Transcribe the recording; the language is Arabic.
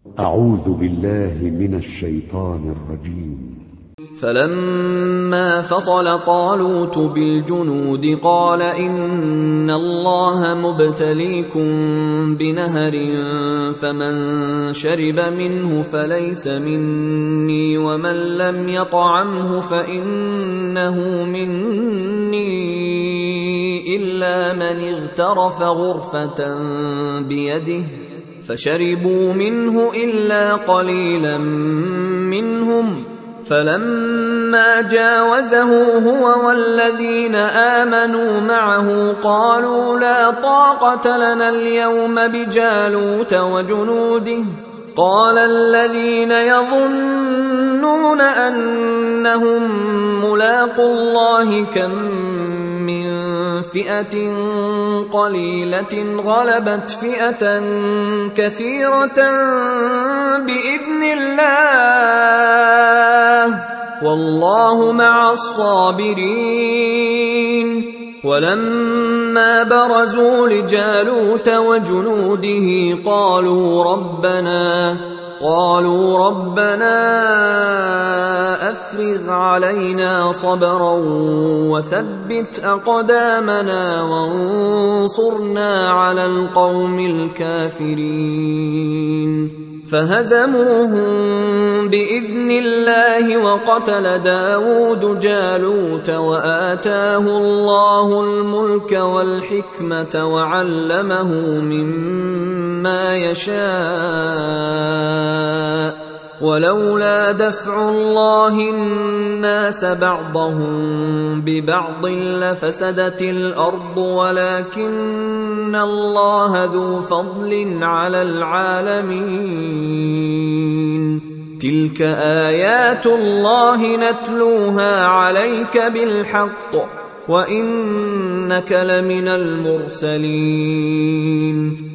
أعوذ بالله من الشيطان الرجيم. فلما فصل طالوت بالجنود قال إن الله مبتليكم بنهر فمن شرب منه فليس مني ومن لم يطعمه فإنه مني إلا من اغترف غرفة بيده فشربوا منه إلا قليلا منهم فلما جاوزه هو والذين آمنوا معه قالوا لا طاقة لنا اليوم بجالوت وجنوده قال الذين يظنون أنهم ملاقو الله كم من فئة قليلة غلبت فئة كثيرة بإذن الله والله مع الصابرين. ولما برزوا لجالوت وجنوده قالوا ربنا أفرغ علينا صبرا وثبت أقدامنا وانصرنا على القوم الكافرين. فهزموهم بإذن الله وقتل داود جالوت وآتاه الله الملك والحكمة وعلمه مما يشاء ولولا دفع الله الناس بعضهم ببعض لفسدت الأرض ولكن الله ذو فضل على العالمين. تلك آيات الله نتلوها عليك بالحق وإنك لمن المرسلين.